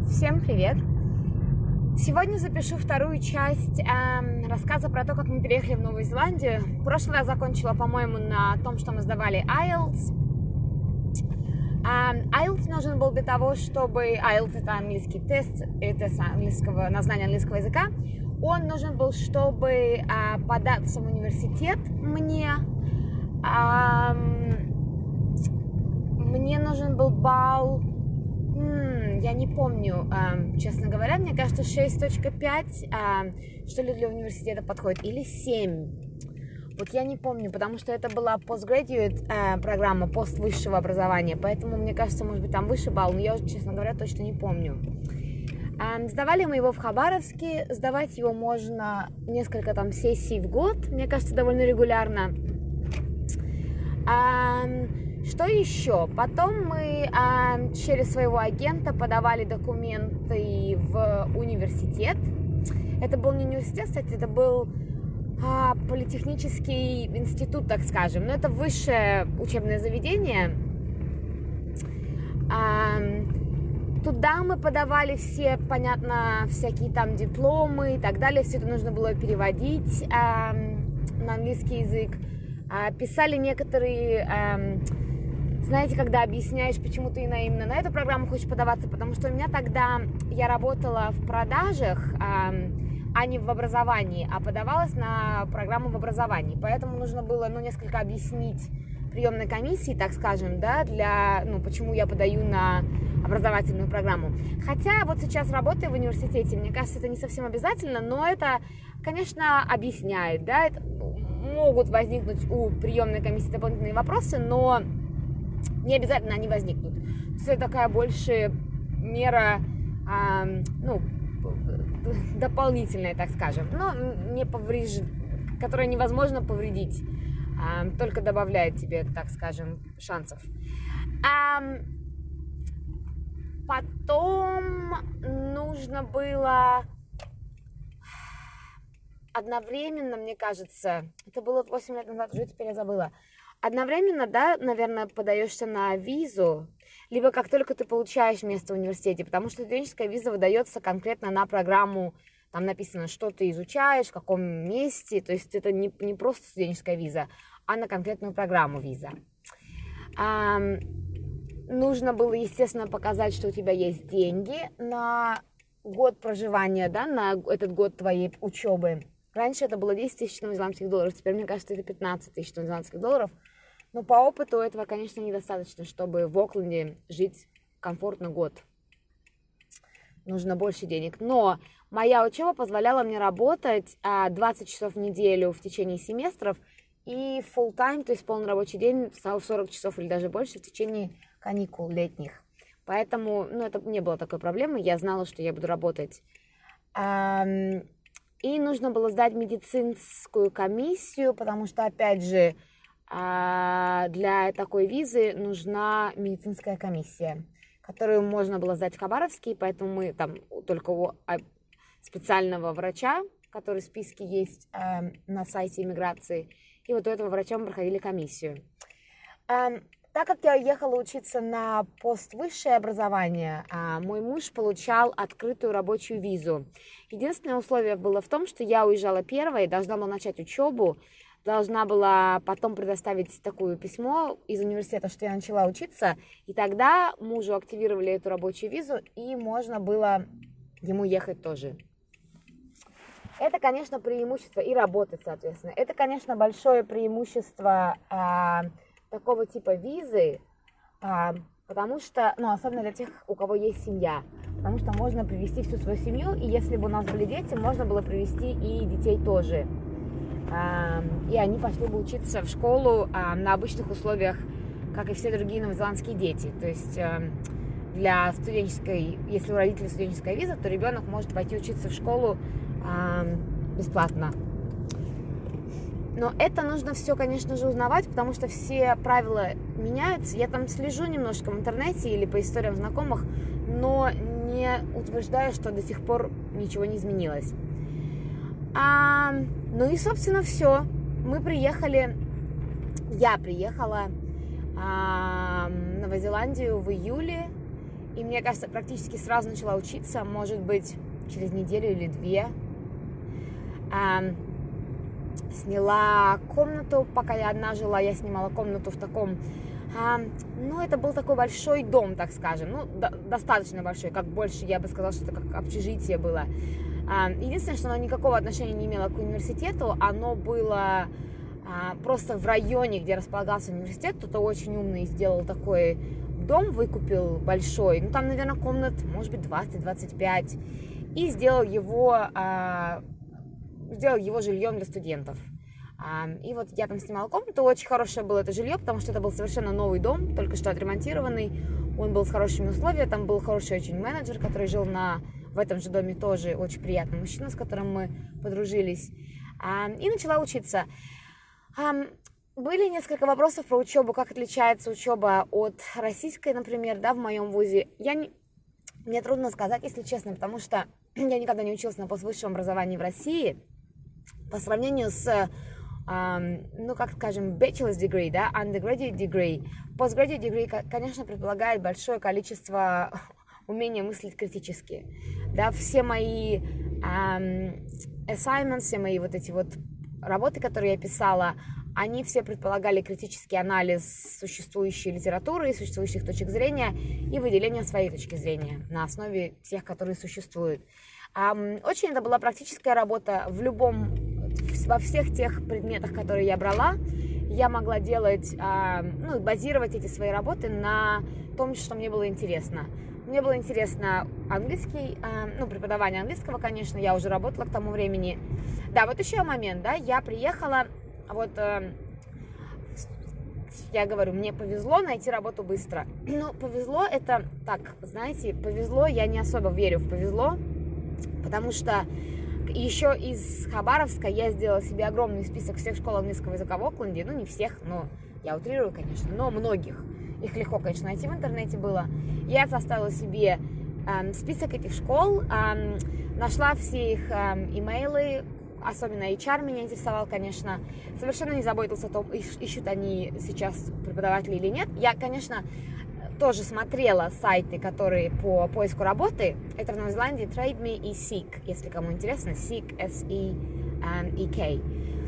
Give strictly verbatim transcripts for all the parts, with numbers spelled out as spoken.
Всем привет! Сегодня запишу вторую часть э, рассказа про то, как мы переехали в Новую Зеландию. В прошлый раз закончила, по-моему, на том, что мы сдавали айлтс. Э, айлтс нужен был для того, чтобы... айлтс — это английский тест, это английского, на знание английского языка. Он нужен был, чтобы э, податься в университет мне. Э, мне нужен был балл... Я не помню, честно говоря, мне кажется, шесть целых пять, что ли, для университета подходит, или семь. Вот я не помню, потому что это была postgraduate программа, пост высшего образования, поэтому, мне кажется, может быть, там выше балл, но я уже, честно говоря, точно не помню. Сдавали мы его в Хабаровске, сдавать его можно несколько там сессий в год, мне кажется, довольно регулярно. Что еще? Потом мы а, через своего агента подавали документы в университет. Это был не университет, кстати, это был а, политехнический институт, так скажем. Но это высшее учебное заведение. А, туда мы подавали все, понятно, всякие там дипломы и так далее. Все это нужно было переводить а, на английский язык. А, писали некоторые... А, Знаете, когда объясняешь, почему ты именно на эту программу хочешь подаваться, потому что у меня тогда, я работала в продажах, а не в образовании, а подавалась на программу в образовании, поэтому нужно было, ну, несколько объяснить приемной комиссии, так скажем, да, для, ну, почему я подаю на образовательную программу. Хотя вот сейчас, работая в университете, мне кажется, это не совсем обязательно, но это, конечно, объясняет, да, это, могут возникнуть у приемной комиссии дополнительные вопросы, но не обязательно они возникнут. Это такая больше мера, э, ну, дополнительная, так скажем, но не повреж... которая невозможно повредить, э, только добавляет тебе, так скажем, шансов. А потом нужно было одновременно, мне кажется, это было восемь лет назад, уже теперь я забыла, одновременно, да, наверное, подаешься на визу, либо как только ты получаешь место в университете, потому что студенческая виза выдается конкретно на программу, там написано, что ты изучаешь, в каком месте, то есть это не, не просто студенческая виза, а на конкретную программу виза. А, нужно было, естественно, показать, что у тебя есть деньги на год проживания, да, на этот год твоей учебы. Раньше это было десять тысяч новозеландских долларов, теперь, мне кажется, это пятнадцать тысяч новозеландских долларов. Но по опыту этого, конечно, недостаточно, чтобы в Окленде жить комфортно год. Нужно больше денег. Но моя учеба позволяла мне работать двадцать часов в неделю в течение семестров и full time, то есть полный рабочий день, сорок часов или даже больше в течение каникул летних. Поэтому, ну, это не было такой проблемы, я знала, что я буду работать. И нужно было сдать медицинскую комиссию, потому что, опять же, для такой визы нужна медицинская комиссия, которую можно было сдать в Хабаровске, поэтому мы там только у специального врача, который в списке есть на сайте иммиграции, и вот у этого врача мы проходили комиссию. Так как я ехала учиться на поствысшее образование, мой муж получал открытую рабочую визу. Единственное условие было в том, что я уезжала первой, должна была начать учебу, должна была потом предоставить такое письмо из университета, что я начала учиться, и тогда мужу активировали эту рабочую визу, и можно было ему ехать тоже. Это, конечно, преимущество и работать, соответственно. Это, конечно, большое преимущество а, такого типа визы, а, потому что, ну, особенно для тех, у кого есть семья, потому что можно привезти всю свою семью, и если бы у нас были дети, можно было привезти и детей тоже. А, и они пошли бы учиться в школу а, на обычных условиях, как и все другие новозеландские дети. То есть а, для студенческой, если у родителей студенческая виза, то ребенок может пойти учиться в школу а, бесплатно. Но это нужно все, конечно же, узнавать, потому что все правила меняются. Я там слежу немножко в интернете или по историям знакомых, но не утверждаю, что до сих пор ничего не изменилось. А, ну и, собственно, все. Мы приехали, я приехала а, в Новую Зеландию в июле, И мне кажется, практически сразу начала учиться, может быть, через неделю или две. Um, сняла комнату, пока я одна жила, я снимала комнату в таком, um, ну, это был такой большой дом, так скажем, ну, до, достаточно большой, как больше, я бы сказала, что это как общежитие было. Um, единственное, что оно никакого отношения не имело к университету, оно было uh, просто в районе, где располагался университет, кто-то очень умный сделал такой дом, выкупил большой, ну, там, наверное, комнат, может быть, двадцать-двадцать пять, и сделал его... Uh, сделал его жильем для студентов. И вот я там снимала комнату, очень хорошее было это жилье, потому что это был совершенно новый дом, только что отремонтированный, он был с хорошими условиями, там был хороший очень менеджер, который жил на, в этом же доме тоже, очень приятный мужчина, с которым мы подружились, и начала учиться. Были несколько вопросов про учебу, как отличается учеба от российской, например, да, в моем вузе. Я не... Мне трудно сказать, если честно, потому что я никогда не училась на поствысшем образовании в России. По сравнению с, um, ну, как скажем, bachelor's degree, да, undergraduate degree, postgraduate degree, конечно, предполагает большое количество умения мыслить критически. Да, все мои um, assignments, все мои вот эти вот работы, которые я писала, они все предполагали критический анализ существующей литературы, существующих точек зрения и выделение своей точки зрения на основе тех, которые существуют. Очень это была практическая работа в любом, во всех тех предметах, которые я брала. Я могла делать, ну, базировать эти свои работы на том, что мне было интересно. Мне было интересно английский, ну, преподавание английского, конечно, я уже работала к тому времени. Да, вот еще момент, да, я приехала, вот, я говорю, мне повезло найти работу быстро. Ну, повезло это, так, знаете, повезло, я не особо верю в повезло, потому что еще из Хабаровска я сделала себе огромный список всех школ английского языка в Окленде, ну, не всех, но я утрирую, конечно, но многих. Их легко, конечно, найти в интернете было. Я составила себе эм, список этих школ, эм, нашла все их эм, имейлы, особенно эйч ар меня интересовал, конечно. Совершенно не заботился о том, ищут они сейчас преподавателей или нет. Я, конечно, тоже смотрела сайты, которые по поиску работы. Это в Новой Зеландии Trade Me и Seek, если кому интересно. Seek, эс и и кей.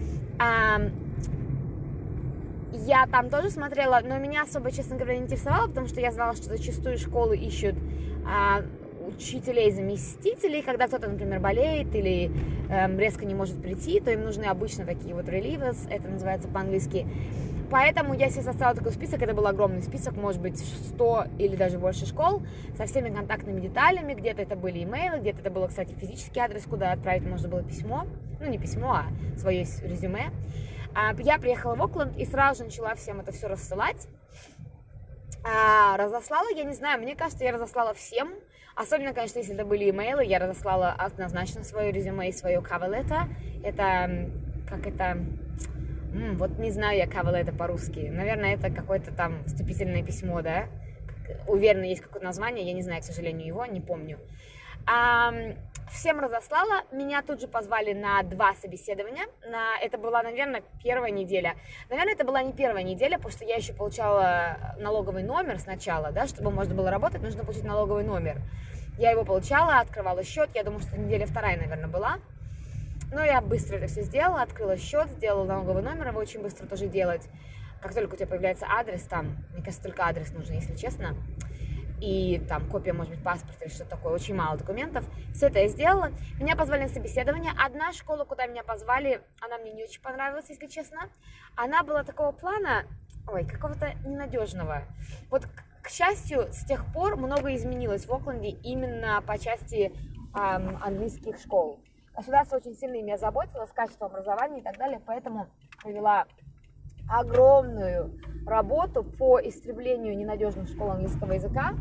Я там тоже смотрела, но меня особо, честно говоря, не интересовало, потому что я знала, что зачастую школы ищут а, учителей-заместителей, когда кто-то, например, болеет или э, резко не может прийти, то им нужны обычно такие вот relievers, это называется по-английски. Поэтому я себе составила такой список, это был огромный список, может быть, сто или даже больше школ, со всеми контактными деталями, где-то это были имейлы, где-то это было, кстати, физический адрес, куда отправить можно было письмо, ну не письмо, а свое резюме. Я приехала в Окленд и сразу же начала всем это все рассылать. А, разослала, я не знаю, мне кажется, я разослала всем. Особенно, конечно, если это были имейлы, я разослала однозначно свое резюме и свое cover letter. Это, как это, м, вот не знаю я cover letter по-русски. Наверное, это какое-то там вступительное письмо, да? Уверена, есть какое-то название, я не знаю, к сожалению, его, не помню. А, всем разослала, меня тут же позвали на два собеседования, на, это была, наверное, первая неделя, наверное, это была не первая неделя, потому что я еще получала налоговый номер сначала, да, чтобы можно было работать, нужно получить налоговый номер, я его получала, открывала счет, я думаю, что неделя вторая, наверное, была, но я быстро это все сделала, открыла счет, сделала налоговый номер, его очень быстро тоже делать, как только у тебя появляется адрес там, мне кажется, только адрес нужен, если честно, и там копия, может быть, паспорта или что-то такое, очень мало документов. Все это я сделала. Меня позвали на собеседование. Одна школа, куда меня позвали, она мне не очень понравилась, если честно. Она была такого плана, ой, какого-то ненадежного. Вот, к счастью, с тех пор многое изменилось в Окленде именно по части эм, английских школ. Государство очень сильно ими озаботилось, качеством образования и так далее, поэтому провела огромную работу по истреблению ненадежных школ английского языка.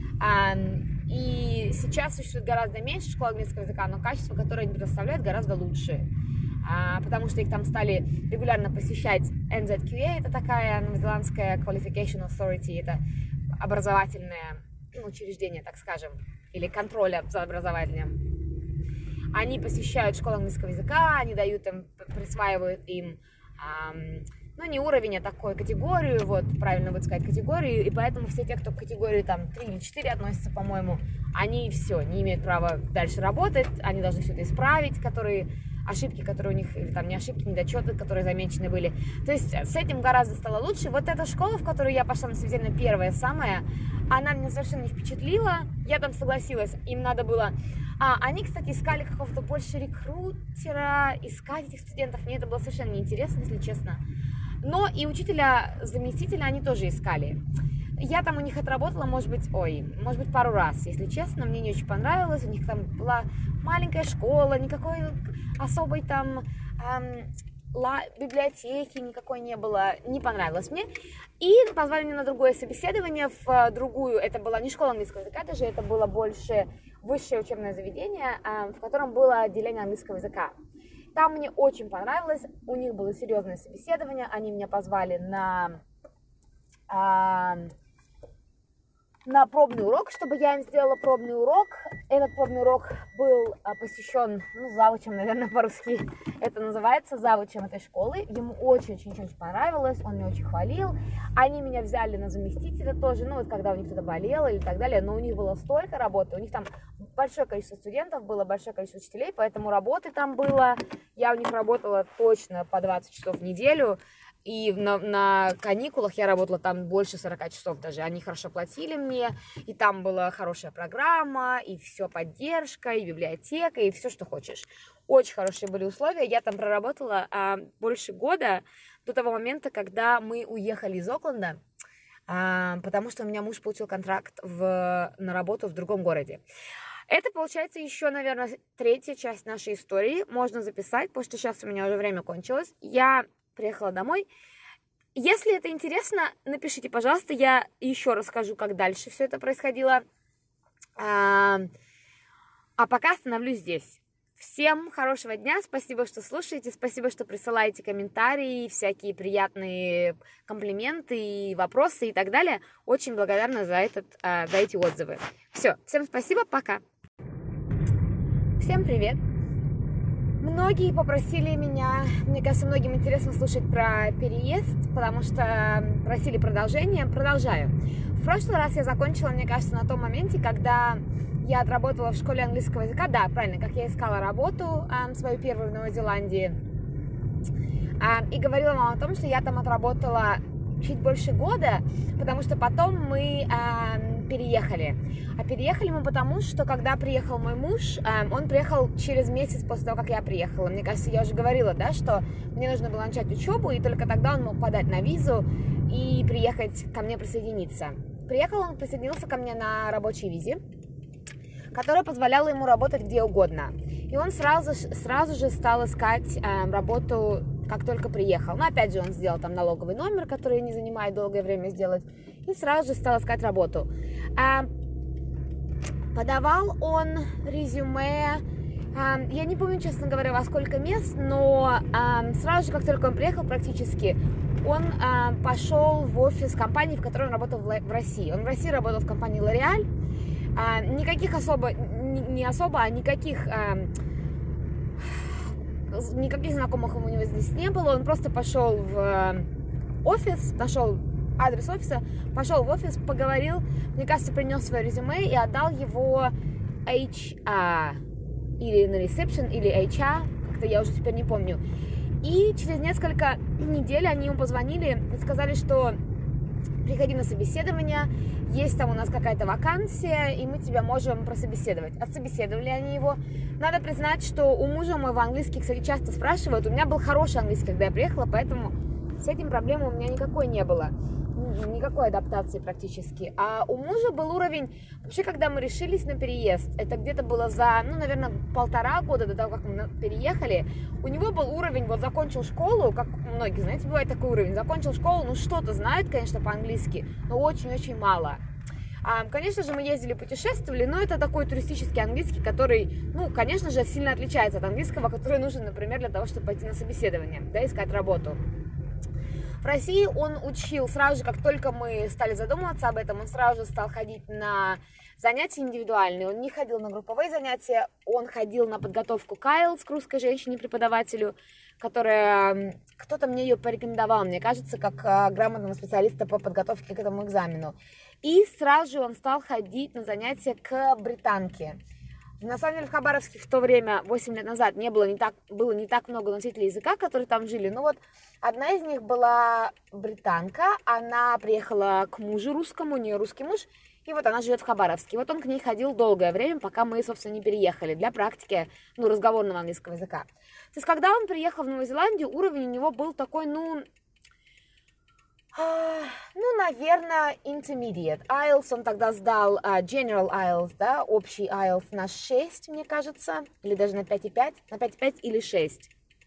И сейчас существует гораздо меньше школ английского языка, но качество, которое они предоставляют, гораздо лучше. Потому что их там стали регулярно посещать эн зет кью эй, это такая новозеландская Qualification Authority, это образовательное учреждение, так скажем, или контроль за образованием. Они посещают школу английского языка, они дают им, присваивают им ну, не уровень, а такой категорию, вот, правильно будет сказать, категорию, и поэтому все те, кто к категории, там, три или четыре относятся, по-моему, они все, не имеют права дальше работать, они должны все это исправить, которые, ошибки, которые у них, или там не ошибки, недочеты, которые замечены были. То есть с этим гораздо стало лучше. Вот эта школа, в которую я пошла на собеседование, первая, самая, она меня совершенно не впечатлила, я там согласилась, им надо было... А, они, кстати, искали какого-то больше рекрутера, искать этих студентов, мне это было совершенно неинтересно, если честно. Но и учителя, заместителя они тоже искали. Я там у них отработала, может быть, ой, может быть, пару раз, если честно, мне не очень понравилось. У них там была маленькая школа, никакой особой там эм, ла, библиотеки никакой не было, не понравилось мне. И позвали меня на другое собеседование, в другую, это была не школа английского языка, даже это было больше высшее учебное заведение, эм, в котором было отделение английского языка. Там мне очень понравилось, у них было серьезное собеседование, они меня позвали на, э, на пробный урок, чтобы я им сделала пробный урок. Этот пробный урок был э, посвящен, ну, завучем, наверное, по-русски это называется, завучем этой школы. Ему очень-очень-очень понравилось, он меня очень хвалил. Они меня взяли на заместителя тоже, ну, вот когда у них кто-то болел или так далее, но у них было столько работы, у них там большое количество студентов было, большое количество учителей, поэтому работы там было. Я у них работала точно по двадцать часов в неделю, и на, на каникулах я работала там больше сорока часов даже. Они хорошо платили мне, и там была хорошая программа, и все поддержка, и библиотека, и все, что хочешь. Очень хорошие были условия. Я там проработала а, больше года до того момента, когда мы уехали из Окленда, а, потому что у меня муж получил контракт в, на работу в другом городе. Это, получается, еще, наверное, третья часть нашей истории. Можно записать, потому что сейчас у меня уже время кончилось. Я приехала домой. Если это интересно, напишите, пожалуйста, я еще расскажу, как дальше все это происходило. А, а пока остановлюсь здесь. Всем хорошего дня, спасибо, что слушаете, спасибо, что присылаете комментарии, всякие приятные комплименты и вопросы и так далее. Очень благодарна за, этот, за эти отзывы. Все, всем спасибо, пока. Всем привет. Многие попросили меня, мне кажется, многим интересно слушать про переезд, потому что просили продолжение. Продолжаю. В прошлый раз я закончила, мне кажется, на том моменте, когда я отработала в школе английского языка. Да, правильно, как я искала работу, э, свою первую в Новой Зеландии. Э, и говорила вам о том, что я там отработала чуть больше года, потому что потом мы э, переехали. А переехали мы потому, что когда приехал мой муж, э, он приехал через месяц после того, как я приехала. Мне кажется, я уже говорила, да, что мне нужно было начать учебу, и только тогда он мог подать на визу и приехать ко мне присоединиться. Приехал он, присоединился ко мне на рабочей визе, которая позволяла ему работать где угодно. И он сразу, сразу же стал искать э, работу, как только приехал. Но опять же он сделал там налоговый номер, который не занимает долгое время сделать, и сразу же стал искать работу. Э, подавал он резюме, э, я не помню, честно говоря, во сколько мест, но э, сразу же, как только он приехал, практически, он э, пошел в офис компании, в которой он работал в, в России. Он в России работал в компании L'Oréal. А, никаких особо, не, не особо, а никаких, а, никаких знакомых у него здесь не было. Он просто пошел в офис, нашел адрес офиса, пошел в офис, поговорил, мне кажется, принес свое резюме и отдал его эйч ар, или на ресепшн, или эйч ар, как-то я уже теперь не помню. И через несколько недель они ему позвонили и сказали, что приходи на собеседование, есть там у нас какая-то вакансия, и мы тебя можем прособеседовать. Отсобеседовали они его. Надо признать, что у мужа моего английский, кстати, часто спрашивают. У меня был хороший английский, когда я приехала, поэтому с этим проблемы у меня никакой не было. Никакой адаптации практически. А у мужа был уровень... Вообще, когда мы решились на переезд, это где-то было за, ну, наверное, полтора года до того, как мы переехали, у него был уровень, вот закончил школу, как многие, знаете, бывает такой уровень, закончил школу, ну, что-то знает, конечно, по-английски, но очень-очень мало. А, конечно же, мы ездили, путешествовали, но это такой туристический английский, который, ну, конечно же, сильно отличается от английского, который нужен, например, для того, чтобы пойти на собеседование, да, искать работу. В России он учил сразу же, как только мы стали задумываться об этом, он сразу же стал ходить на Занятия индивидуальные. Он не ходил на групповые занятия, он ходил на подготовку к ай эл ти эс к русской женщине-преподавателю, которая... Кто-то мне ее порекомендовал, мне кажется, как грамотного специалиста по подготовке к этому экзамену. И сразу же он стал ходить на занятия к британке. На самом деле в Хабаровске в то время, восемь лет назад, не было, не так, было не так много носителей языка, которые там жили. Но вот одна из них была британка, она приехала к мужу русскому, у нее русский муж, и вот она живет в Хабаровске. Вот он к ней ходил долгое время, пока мы, собственно, не переехали, для практики, ну, разговорного английского языка. То есть, когда он приехал в Новую Зеландию, уровень у него был такой, ну... Ну, наверное, intermediate. ай эл ти эс он тогда сдал, uh, General ай эл ти эс, да, общий ай эл ти эс на шесть, мне кажется, или даже на пять и пять, на пять и пять или шесть.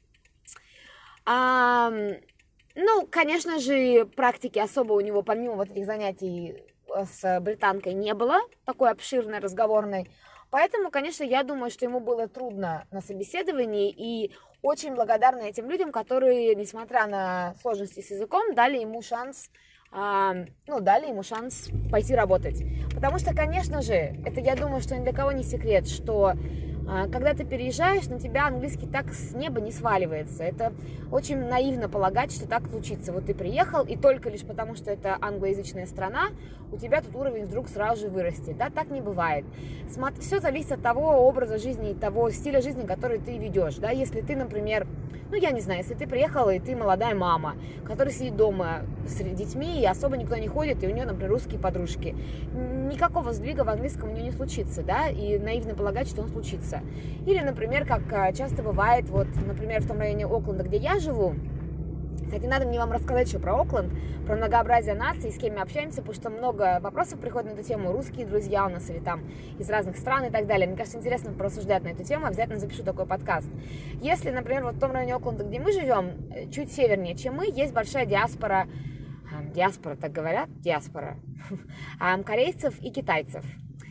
Um, ну, конечно же, практики особо у него, помимо вот этих занятий с британкой, не было, такой обширной, разговорной. Поэтому, конечно, я думаю, что ему было трудно на собеседовании, и очень благодарна этим людям, которые, несмотря на сложности с языком, дали ему шанс, э, ну, дали ему шанс пойти работать. Потому что, конечно же, это, я думаю, что ни для кого не секрет, что э, когда ты переезжаешь, на тебя английский так с неба не сваливается. Это очень наивно полагать, что так случится. Вот ты приехал, и только лишь потому, что это англоязычная страна, у тебя тут уровень вдруг сразу же вырастет. Да, так не бывает. Все зависит от того образа жизни и того стиля жизни, который ты ведешь. Да? Если ты, например, ну, я не знаю, если ты приехала, и ты молодая мама, которая сидит дома с детьми, и особо никто не ходит, и у нее, например, русские подружки, никакого сдвига в английском у нее не случится, да, и наивно полагать, что он случится. Или, например, как часто бывает, вот, например, в том районе Окленда, где я живу. Кстати, надо мне вам рассказать еще про Окленд, про многообразие наций, с кем мы общаемся, потому что много вопросов приходит на эту тему, русские друзья у нас или там из разных стран и так далее. Мне кажется, интересно порассуждать на эту тему, обязательно запишу такой подкаст. Если, например, вот в том районе Окленда, где мы живем, чуть севернее, чем мы, есть большая диаспора, диаспора, так говорят, диаспора, корейцев и китайцев.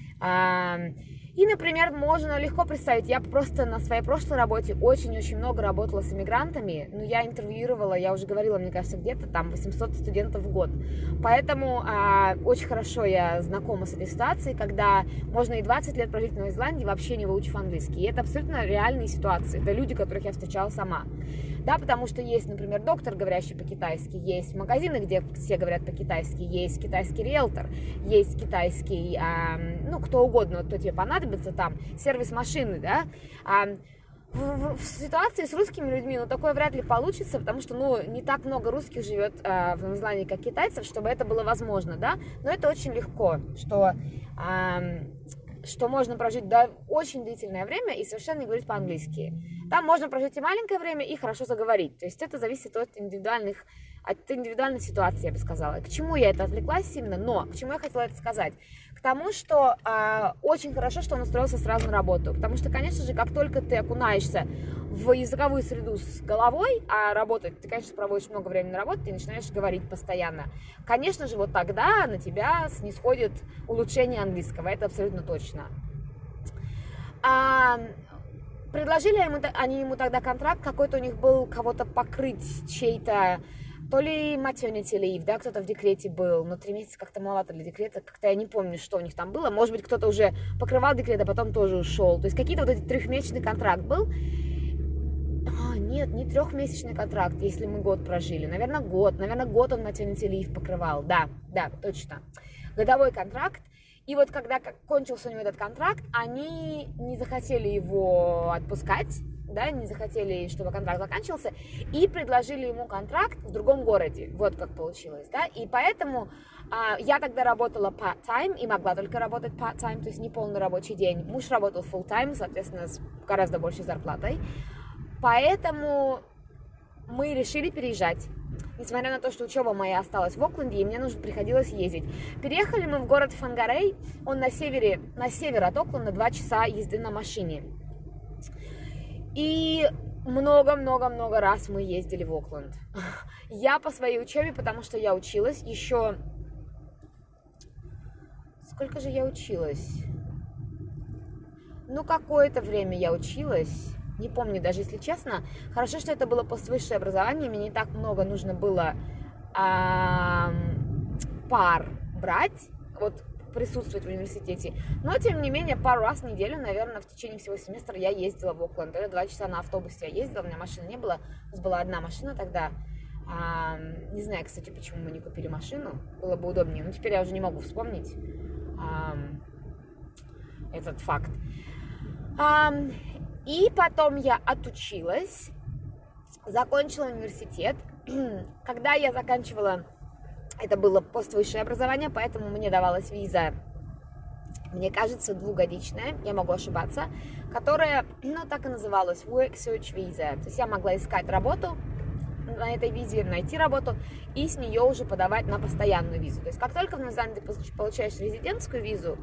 И, например, можно легко представить, я просто на своей прошлой работе очень-очень много работала с иммигрантами, ну, я интервьюировала, я уже говорила, мне кажется, где-то там восемьсот студентов в год, поэтому а, очень хорошо я знакома с этой ситуацией, когда можно и двадцать лет прожить в Новой Зеландии, вообще не выучив английский, и это абсолютно реальные ситуации, это люди, которых я встречала сама. Да, потому что есть, например, доктор, говорящий по-китайски, есть магазины, где все говорят по-китайски, есть китайский риэлтор, есть китайский, э, ну, кто угодно, вот, кто тебе понадобится, там, сервис машины, да. А в, в, в ситуации с русскими людьми, ну, такое вряд ли получится, потому что, ну, не так много русских живет э, в Новой Зеландии, как китайцев, чтобы это было возможно, да. Но это очень легко, что... Э, что можно прожить да, очень длительное время и совершенно не говорить по-английски. Там можно прожить и маленькое время, и хорошо заговорить. То есть это зависит от индивидуальных, от индивидуальной ситуации, я бы сказала. К чему я это отвлеклась именно? Но к чему я хотела это сказать? К тому, что э, очень хорошо, что он устроился сразу на работу. Потому что, конечно же, как только ты окунаешься в языковую среду с головой, а работать, ты, конечно, проводишь много времени на работе, ты начинаешь говорить постоянно. Конечно же, вот тогда на тебя снисходит улучшение английского, это абсолютно точно. А, предложили ему, они ему тогда контракт, какой-то у них был, кого-то покрыть чей-то, то ли maternity leave, да, кто-то в декрете был, но три месяца как-то маловато для декрета, как-то я не помню, что у них там было, может быть, кто-то уже покрывал декрет, а потом тоже ушел, то есть какие-то вот эти трехмесячный контракт был. А, нет, не трехмесячный контракт, если мы год прожили. Наверное, год. Наверное, год он maternity leave покрывал. Да, да, точно. Годовой контракт. И вот когда кончился у него этот контракт, они не захотели его отпускать, да, не захотели, чтобы контракт заканчивался, и предложили ему контракт в другом городе. Вот как получилось, да. И поэтому а, я тогда работала part-time и могла только работать part-time, то есть не полный рабочий день. Муж работал full-time, соответственно, с гораздо большей зарплатой. Поэтому мы решили переезжать. Несмотря на то, что учеба моя осталась в Окленде, и мне нужно приходилось ездить. Переехали мы в город Фангарей, он на севере, на север от Окленда, два часа езды на машине. И много-много-много раз мы ездили в Окленд. Я по своей учебе, потому что я училась еще... Сколько же я училась? Ну, какое-то время я училась... Не помню даже, если честно. Хорошо, что это было поствысшее образование. Мне не так много нужно было э, пар брать. Вот присутствовать в университете. Но, тем не менее, пару раз в неделю, наверное, в течение всего семестра я ездила в Окленд. Это два часа на автобусе я ездила, у меня машины не было. У нас была одна машина тогда. А, не знаю, кстати, почему мы не купили машину. Было бы удобнее. Но теперь я уже не могу вспомнить а, этот факт. А, и потом я отучилась, закончила университет. Когда я заканчивала, это было поствысшее образование, поэтому мне давалась виза, мне кажется, двухгодичная, я могу ошибаться, которая, ну, так и называлась, Work Search Visa. То есть я могла искать работу на этой визе, найти работу и с нее уже подавать на постоянную визу. То есть как только в Новой Зеландии ты получаешь резидентскую визу,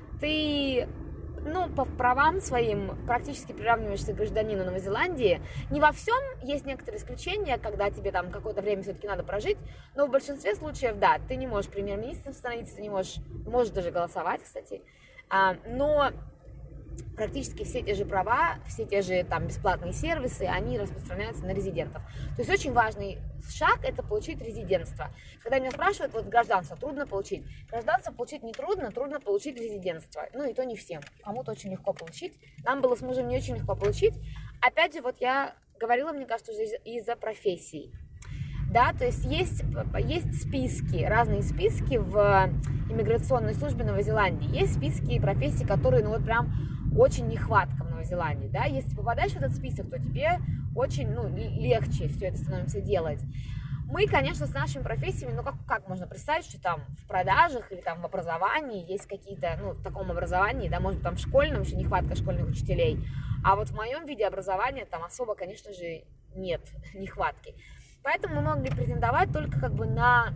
ты, ну, по правам своим практически приравниваешься к гражданину Новой Зеландии. Не во всем, есть некоторые исключения, когда тебе там какое-то время все-таки надо прожить, но в большинстве случаев, да, ты не можешь премьер-министром становиться, ты не можешь, можешь даже голосовать, кстати, а, но практически все те же права, все те же там бесплатные сервисы, они распространяются на резидентов. То есть очень важный шаг – это получить резидентство. Когда меня спрашивают, вот гражданство трудно получить. Гражданство получить не трудно, трудно получить резидентство. Ну и то не всем. Кому-то очень легко получить. Нам было с мужем не очень легко получить. Опять же, вот я говорила, мне кажется, уже из-за профессий. Да, то есть есть, есть списки, разные списки в иммиграционной службе Новой Зеландии. Есть списки и профессий, которые, ну вот прям очень нехватка в Новой Зеландии, да. Если ты попадаешь в этот список, то тебе очень, ну, легче все это становится делать. Мы, конечно, с нашими профессиями, ну, как, как можно представить, что там в продажах или там в образовании есть какие-то, ну, в таком образовании, да, может быть, там в школьном еще нехватка школьных учителей, а вот в моем виде образования там особо, конечно же, нет нехватки. Поэтому мы могли претендовать только как бы на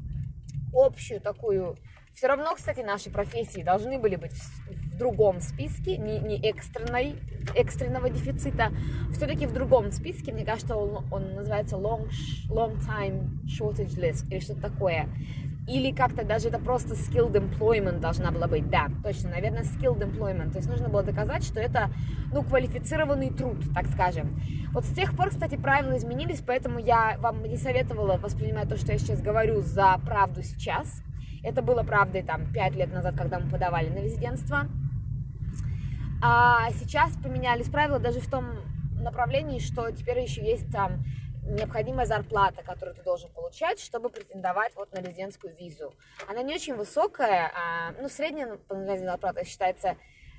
общую такую... Все равно, кстати, наши профессии должны были быть в другом списке, не, не экстренной, экстренного дефицита, все-таки в другом списке. Мне кажется, он, он называется long, long time shortage list или что-то такое. Или как-то даже это просто skilled employment должна была быть. Да, точно, наверное, skilled employment. То есть нужно было доказать, что это, ну, квалифицированный труд, так скажем. Вот с тех пор, кстати, правила изменились, поэтому я вам не советовала воспринимать то, что я сейчас говорю, за правду сейчас. Это было правдой там пять лет назад, когда мы подавали на резидентство. А сейчас поменялись правила даже в том направлении, что теперь еще есть там необходимая зарплата, которую ты должен получать, чтобы претендовать вот на резидентскую визу. Она не очень высокая, а, ну, средняя зарплата считается,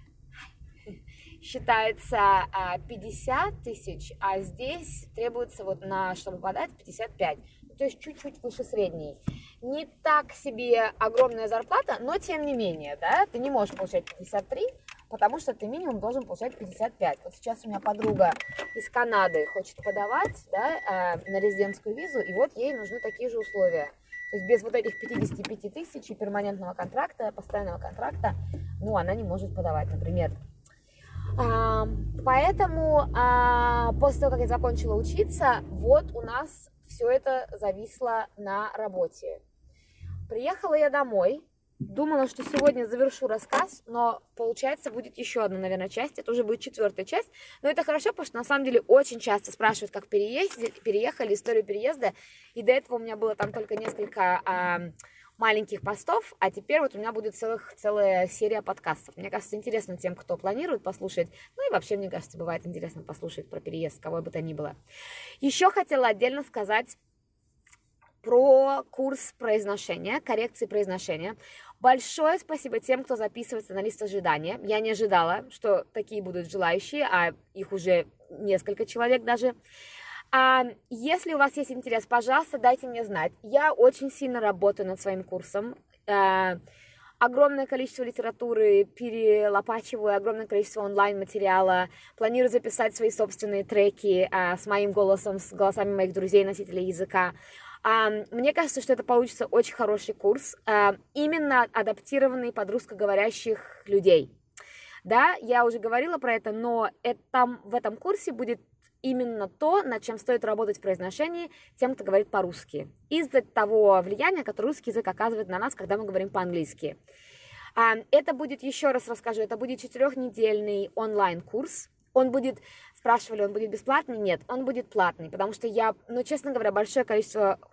считается пятьдесят тысяч, а здесь требуется вот на, чтобы подать, пятьдесят пять. То есть чуть-чуть выше средней. Не так себе огромная зарплата, но тем не менее, да, ты не можешь получать пятьдесят три, потому что ты минимум должен получать пятьдесят пять. Вот сейчас у меня подруга из Канады хочет подавать, да, на резидентскую визу, и вот ей нужны такие же условия. То есть без вот этих пятидесяти пяти тысяч и перманентного контракта, постоянного контракта, ну, она не может подавать, например. А, поэтому а, после того, как я закончила учиться, вот у нас все это зависло на работе. Приехала я домой, думала, что сегодня завершу рассказ, но получается будет еще одна, наверное, часть, это уже будет четвертая часть, но это хорошо, потому что на самом деле очень часто спрашивают, как переехали, переехали, историю переезда, и до этого у меня было там только несколько а, маленьких постов, а теперь вот у меня будет целых, целая серия подкастов. Мне кажется, интересно тем, кто планирует послушать, ну и вообще, мне кажется, бывает интересно послушать про переезд, кого бы то ни было. Еще хотела отдельно сказать про курс произношения, коррекции произношения. Большое спасибо тем, кто записывается на лист ожидания. Я не ожидала, что такие будут желающие, а их уже несколько человек даже. А если у вас есть интерес, пожалуйста, дайте мне знать. Я очень сильно работаю над своим курсом. А, огромное количество литературы перелопачиваю, огромное количество онлайн-материала. Планирую записать свои собственные треки а, с моим голосом, с голосами моих друзей, носителей языка. Uh, мне кажется, что это получится очень хороший курс, uh, именно адаптированный под русскоговорящих людей. Да, я уже говорила про это, но это, там, в этом курсе будет именно то, над чем стоит работать в произношении тем, кто говорит по-русски. Из-за того влияния, которое русский язык оказывает на нас, когда мы говорим по-английски. Uh, это будет, еще раз расскажу, это будет четырехнедельный онлайн-курс. Он будет, спрашивали, он будет бесплатный? Нет, он будет платный, потому что я, ну, честно говоря, большое количество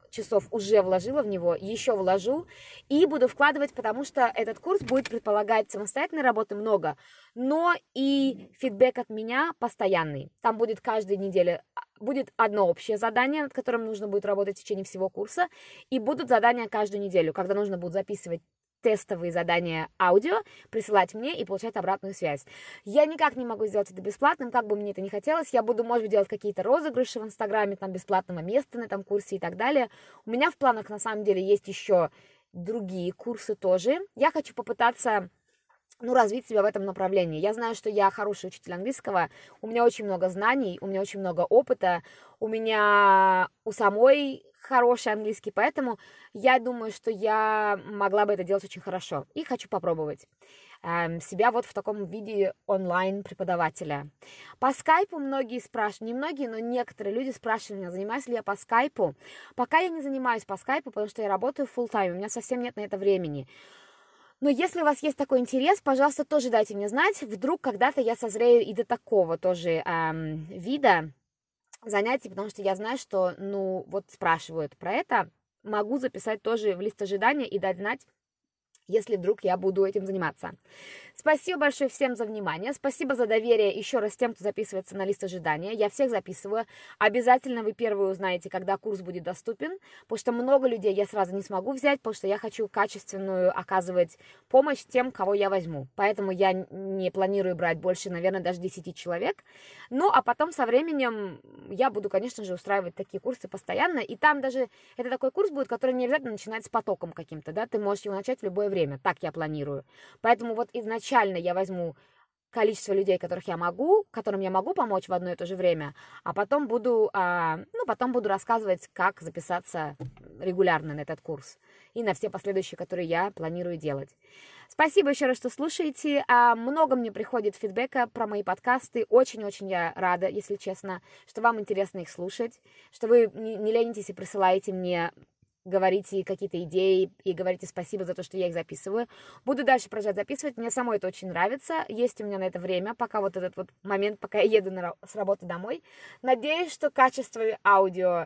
часов уже вложила в него, еще вложу и буду вкладывать, потому что этот курс будет предполагать самостоятельной работы много, но и фидбэк от меня постоянный. Там будет каждой неделе будет одно общее задание, над которым нужно будет работать в течение всего курса, и будут задания каждую неделю, когда нужно будет записывать тестовые задания аудио, присылать мне и получать обратную связь. Я никак не могу сделать это бесплатным, как бы мне это ни хотелось. Я буду, может быть, делать какие-то розыгрыши в Инстаграме, там, бесплатного места на этом курсе и так далее. У меня в планах, на самом деле, есть еще другие курсы тоже. Я хочу попытаться, ну, развить себя в этом направлении. Я знаю, что я хороший учитель английского, у меня очень много знаний, у меня очень много опыта, у меня у самой хороший английский, поэтому я думаю, что я могла бы это делать очень хорошо. И хочу попробовать э, себя вот в таком виде онлайн-преподавателя. По скайпу многие спрашивают, не многие, но некоторые люди спрашивают меня, занимаюсь ли я по скайпу. Пока я не занимаюсь по скайпу, потому что я работаю full-time, у меня совсем нет на это времени. Но если у вас есть такой интерес, пожалуйста, тоже дайте мне знать. Вдруг когда-то я созрею и до такого тоже эм, вида занятий, потому что я знаю, что, ну, вот спрашивают про это. Могу записать тоже в лист ожидания и дать знать, если вдруг я буду этим заниматься. Спасибо большое всем за внимание. Спасибо за доверие еще раз тем, кто записывается на лист ожидания. Я всех записываю. Обязательно вы первые узнаете, когда курс будет доступен, потому что много людей я сразу не смогу взять, потому что я хочу качественную оказывать помощь тем, кого я возьму. Поэтому я не планирую брать больше, наверное, даже десяти человек. Ну, а потом со временем я буду, конечно же, устраивать такие курсы постоянно. И там даже это такой курс будет, который не обязательно начинать с потоком каким-то, да, ты можешь его начать в любое время. Так я планирую. Поэтому вот изначально я возьму количество людей, которых я могу, которым я могу помочь в одно и то же время, а потом буду, а, ну, потом буду рассказывать, как записаться регулярно на этот курс и на все последующие, которые я планирую делать. Спасибо еще раз, что слушаете. А, много мне приходит фидбэка про мои подкасты. Очень-очень я рада, если честно, что вам интересно их слушать, что вы не, не ленитесь и присылаете мне, говорите какие-то идеи и говорите спасибо за то, что я их записываю. Буду дальше продолжать записывать. Мне самой это очень нравится. Есть у меня на это время, пока вот этот вот момент, пока я еду на, с работы домой. Надеюсь, что качество аудио,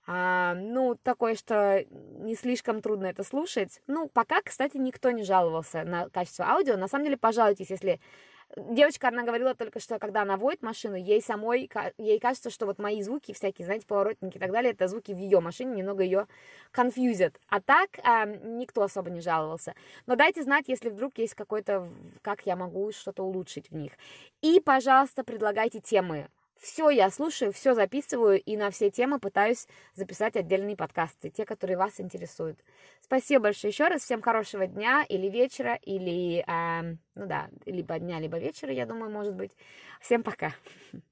а, ну, такое, что не слишком трудно это слушать. Ну, пока, кстати, никто не жаловался на качество аудио. На самом деле, пожалуйтесь, если... Девочка, она говорила только, что когда она водит машину, ей самой, ей кажется, что вот мои звуки всякие, знаете, поворотники и так далее, это звуки в ее машине, немного ее конфьюзят. А так э, никто особо не жаловался. Но дайте знать, если вдруг есть какой-то, как я могу что-то улучшить в них. И, пожалуйста, предлагайте темы. Все я слушаю, все записываю, и на все темы пытаюсь записать отдельные подкасты, те, которые вас интересуют. Спасибо большое еще раз, всем хорошего дня или вечера, или, э, ну да, либо дня, либо вечера, я думаю, может быть. Всем пока.